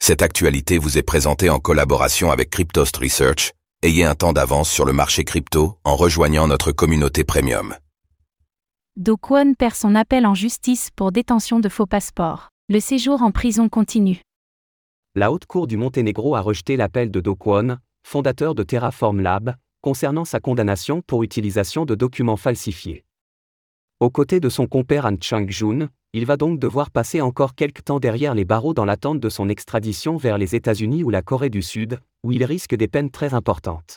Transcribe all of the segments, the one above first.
Cette actualité vous est présentée en collaboration avec Cryptost Research. Ayez un temps d'avance sur le marché crypto en rejoignant notre communauté premium. Do Kwon perd son appel en justice pour détention de faux passeports. Le séjour en prison continue. La Haute Cour du Monténégro a rejeté l'appel de Do Kwon, fondateur de Terraform Lab, concernant sa condamnation pour utilisation de documents falsifiés. Aux côtés de son compère Han Chang-jun, il va donc devoir passer encore quelque temps derrière les barreaux dans l'attente de son extradition vers les États-Unis ou la Corée du Sud, où il risque des peines très importantes.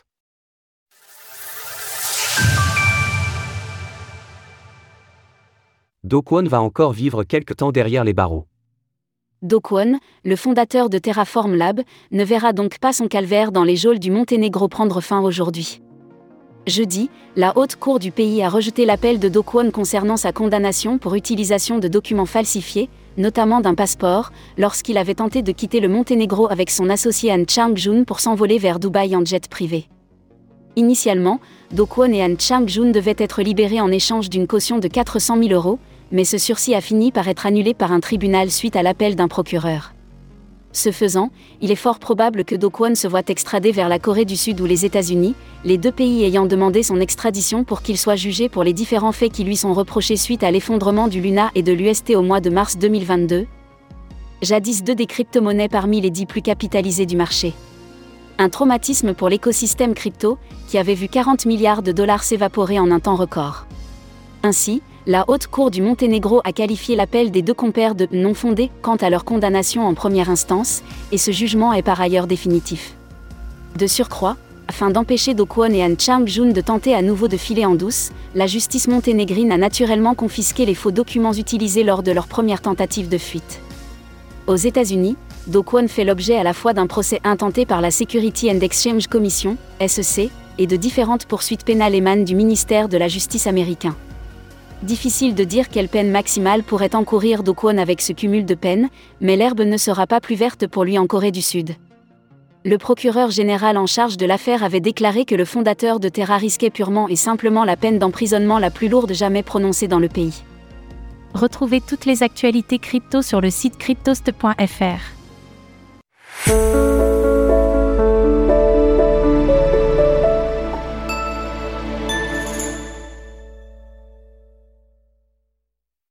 Do Kwon va encore vivre quelque temps derrière les barreaux. Do Kwon, le fondateur de Terraform Lab, ne verra donc pas son calvaire dans les geôles du Monténégro prendre fin aujourd'hui. Jeudi, la haute cour du pays a rejeté l'appel de Do Kwon concernant sa condamnation pour utilisation de documents falsifiés, notamment d'un passeport, lorsqu'il avait tenté de quitter le Monténégro avec son associé Han Chang-jun pour s'envoler vers Dubaï en jet privé. Initialement, Do Kwon et Han Chang-jun devaient être libérés en échange d'une caution de 400 000 €, mais ce sursis a fini par être annulé par un tribunal suite à l'appel d'un procureur. Ce faisant, il est fort probable que Do Kwon se voie extradé vers la Corée du Sud ou les États-Unis, les deux pays ayant demandé son extradition pour qu'il soit jugé pour les différents faits qui lui sont reprochés suite à l'effondrement du Luna et de l'UST au mois de mars 2022. Jadis deux des crypto-monnaies parmi les 10 plus capitalisées du marché. Un traumatisme pour l'écosystème crypto, qui avait vu 40 milliards de dollars s'évaporer en un temps record. Ainsi, la Haute Cour du Monténégro a qualifié l'appel des deux compères de « non fondé » quant à leur condamnation en première instance, et ce jugement est par ailleurs définitif. De surcroît, afin d'empêcher Do Kwon et Han Chang-jun de tenter à nouveau de filer en douce, la justice monténégrine a naturellement confisqué les faux documents utilisés lors de leur première tentative de fuite. Aux États-Unis, Do Kwon fait l'objet à la fois d'un procès intenté par la Security and Exchange Commission, SEC, et de différentes poursuites pénales émanent du ministère de la Justice américain. Difficile de dire quelle peine maximale pourrait encourir Do Kwon avec ce cumul de peines, mais l'herbe ne sera pas plus verte pour lui en Corée du Sud. Le procureur général en charge de l'affaire avait déclaré que le fondateur de Terra risquait purement et simplement la peine d'emprisonnement la plus lourde jamais prononcée dans le pays. Retrouvez toutes les actualités crypto sur le site cryptost.fr.